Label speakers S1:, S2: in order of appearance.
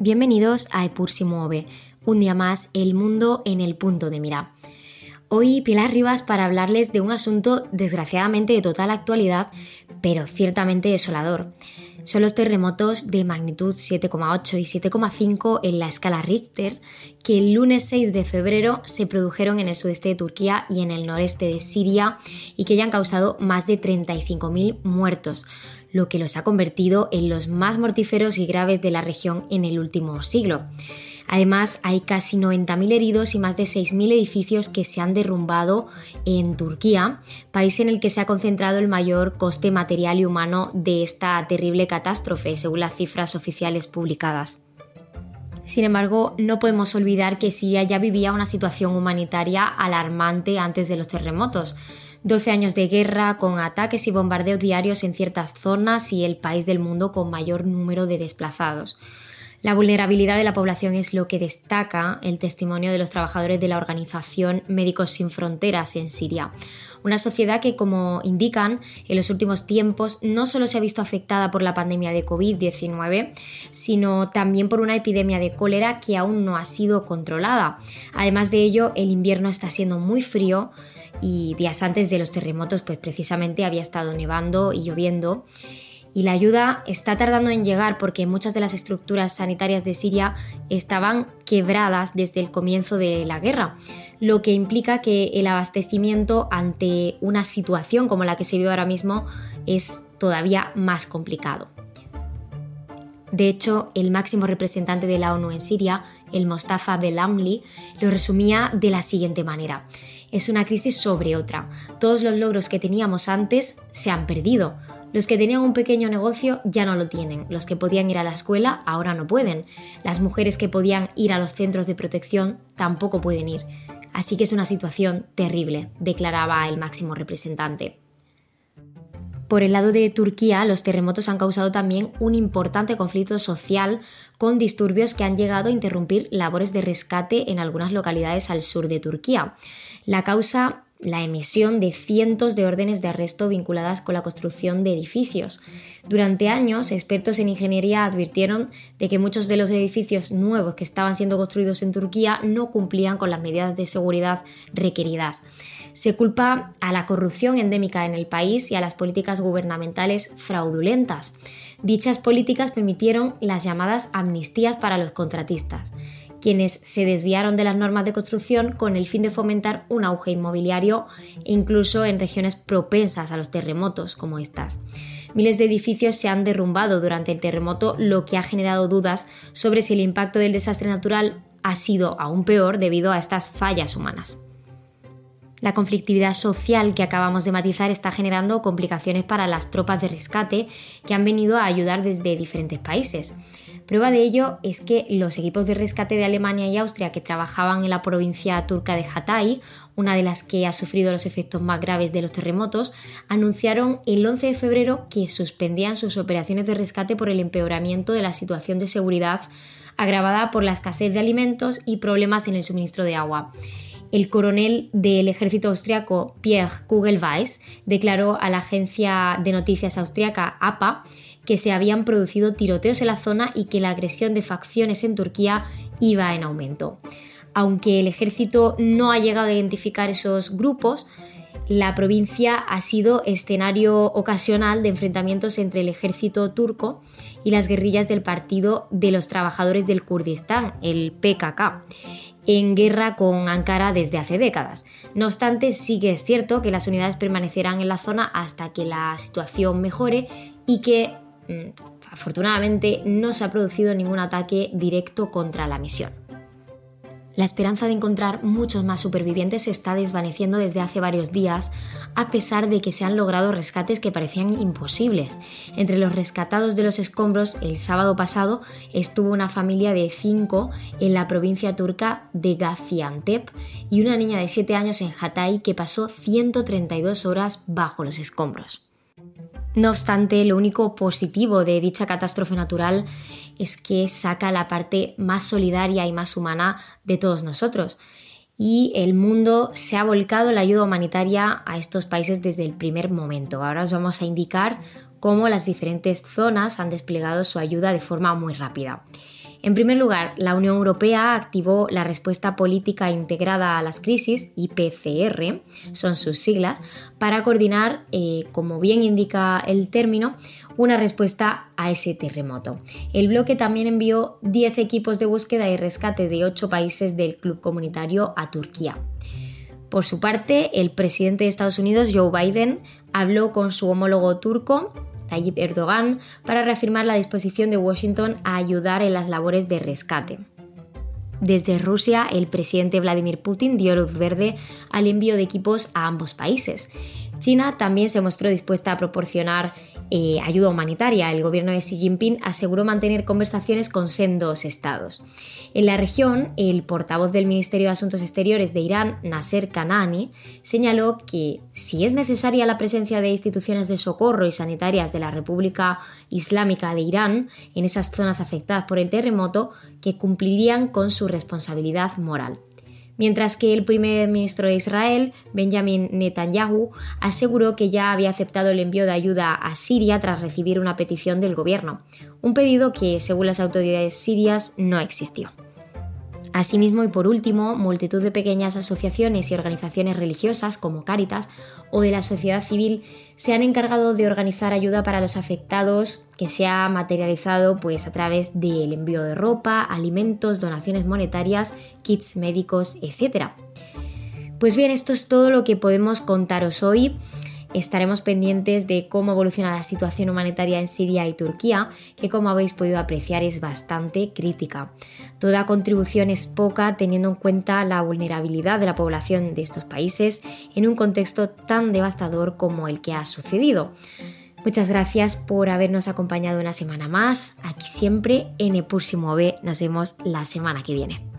S1: Bienvenidos a Epur si muove, un día más el mundo en el punto de mira. Hoy Pilar Rivas para hablarles de un asunto desgraciadamente de total actualidad, pero ciertamente desolador. Son los terremotos de magnitud 7,8 y 7,5 en la escala Richter que el lunes 6 de febrero se produjeron en el sudeste de Turquía y en el noreste de Siria y que ya han causado más de 35.000 muertos, lo que los ha convertido en los más mortíferos y graves de la región en el último siglo. Además, hay casi 90.000 heridos y más de 6.000 edificios que se han derrumbado en Turquía, país en el que se ha concentrado el mayor coste material y humano de esta terrible catástrofe, según las cifras oficiales publicadas. Sin embargo, no podemos olvidar que Siria ya vivía una situación humanitaria alarmante antes de los terremotos. 12 años de guerra con ataques y bombardeos diarios en ciertas zonas y el país del mundo con mayor número de desplazados. La vulnerabilidad de la población es lo que destaca el testimonio de los trabajadores de la organización Médicos Sin Fronteras en Siria. Una sociedad que, como indican, en los últimos tiempos no solo se ha visto afectada por la pandemia de COVID-19, sino también por una epidemia de cólera que aún no ha sido controlada. Además de ello, el invierno está siendo muy frío y días antes de los terremotos, pues precisamente había estado nevando y lloviendo. Y la ayuda está tardando en llegar porque muchas de las estructuras sanitarias de Siria estaban quebradas desde el comienzo de la guerra, lo que implica que el abastecimiento ante una situación como la que se vive ahora mismo es todavía más complicado. De hecho, el máximo representante de la ONU en Siria, el Mostafa Belamli, lo resumía de la siguiente manera: es una crisis sobre otra. Todos los logros que teníamos antes se han perdido. Los que tenían un pequeño negocio ya no lo tienen. Los que podían ir a la escuela ahora no pueden. Las mujeres que podían ir a los centros de protección tampoco pueden ir. Así que es una situación terrible, declaraba el máximo representante. Por el lado de Turquía, los terremotos han causado también un importante conflicto social con disturbios que han llegado a interrumpir labores de rescate en algunas localidades al sur de Turquía. La causa, la emisión de cientos de órdenes de arresto vinculadas con la construcción de edificios. Durante años, expertos en ingeniería advirtieron de que muchos de los edificios nuevos que estaban siendo construidos en Turquía no cumplían con las medidas de seguridad requeridas. Se culpa a la corrupción endémica en el país y a las políticas gubernamentales fraudulentas. Dichas políticas permitieron las llamadas amnistías para los contratistas, quienes se desviaron de las normas de construcción con el fin de fomentar un auge inmobiliario incluso en regiones propensas a los terremotos como estas. Miles de edificios se han derrumbado durante el terremoto, lo que ha generado dudas sobre si el impacto del desastre natural ha sido aún peor debido a estas fallas humanas. La conflictividad social que acabamos de matizar está generando complicaciones para las tropas de rescate que han venido a ayudar desde diferentes países. Prueba de ello es que los equipos de rescate de Alemania y Austria que trabajaban en la provincia turca de Hatay, una de las que ha sufrido los efectos más graves de los terremotos, anunciaron el 11 de febrero que suspendían sus operaciones de rescate por el empeoramiento de la situación de seguridad agravada por la escasez de alimentos y problemas en el suministro de agua. El coronel del ejército austriaco Pierre Kugelweiss declaró a la agencia de noticias austriaca APA que se habían producido tiroteos en la zona y que la agresión de facciones en Turquía iba en aumento. Aunque el ejército no ha llegado a identificar esos grupos, la provincia ha sido escenario ocasional de enfrentamientos entre el ejército turco y las guerrillas del Partido de los Trabajadores del Kurdistán, el PKK, en guerra con Ankara desde hace décadas. No obstante, sí que es cierto que las unidades permanecerán en la zona hasta que la situación mejore y que, afortunadamente, no se ha producido ningún ataque directo contra la misión. La esperanza de encontrar muchos más supervivientes se está desvaneciendo desde hace varios días, a pesar de que se han logrado rescates que parecían imposibles. Entre los rescatados de los escombros, el sábado pasado estuvo una familia de 5 en la provincia turca de Gaziantep y una niña de 7 años en Hatay que pasó 132 horas bajo los escombros. No obstante, lo único positivo de dicha catástrofe natural es que saca la parte más solidaria y más humana de todos nosotros. Y el mundo se ha volcado en la ayuda humanitaria a estos países desde el primer momento. Ahora os vamos a indicar cómo las diferentes zonas han desplegado su ayuda de forma muy rápida. En primer lugar, la Unión Europea activó la Respuesta Política Integrada a las Crisis, IPCR, son sus siglas, para coordinar, como bien indica el término, una respuesta a ese terremoto. El bloque también envió 10 equipos de búsqueda y rescate de 8 países del club comunitario a Turquía. Por su parte, el presidente de Estados Unidos, Joe Biden, habló con su homólogo turco, Tayyip Erdogan, para reafirmar la disposición de Washington a ayudar en las labores de rescate. Desde Rusia, el presidente Vladimir Putin dio luz verde al envío de equipos a ambos países. China también se mostró dispuesta a proporcionar ayuda humanitaria. El gobierno de Xi Jinping aseguró mantener conversaciones con sendos estados. En la región, el portavoz del Ministerio de Asuntos Exteriores de Irán, Nasser Kanani, señaló que si es necesaria la presencia de instituciones de socorro y sanitarias de la República Islámica de Irán en esas zonas afectadas por el terremoto, que cumplirían con su responsabilidad moral. Mientras que el primer ministro de Israel, Benjamin Netanyahu, aseguró que ya había aceptado el envío de ayuda a Siria tras recibir una petición del gobierno, un pedido que, según las autoridades sirias, no existió. Asimismo, y por último, multitud de pequeñas asociaciones y organizaciones religiosas como Cáritas o de la sociedad civil se han encargado de organizar ayuda para los afectados, que se ha materializado a través del envío de ropa, alimentos, donaciones monetarias, kits médicos, etc. Pues bien, esto es todo lo que podemos contaros hoy. Estaremos pendientes de cómo evoluciona la situación humanitaria en Siria y Turquía, que como habéis podido apreciar es bastante crítica. Toda contribución es poca teniendo en cuenta la vulnerabilidad de la población de estos países en un contexto tan devastador como el que ha sucedido. Muchas gracias por habernos acompañado una semana más, aquí siempre en Eppur si muove. Nos vemos la semana que viene.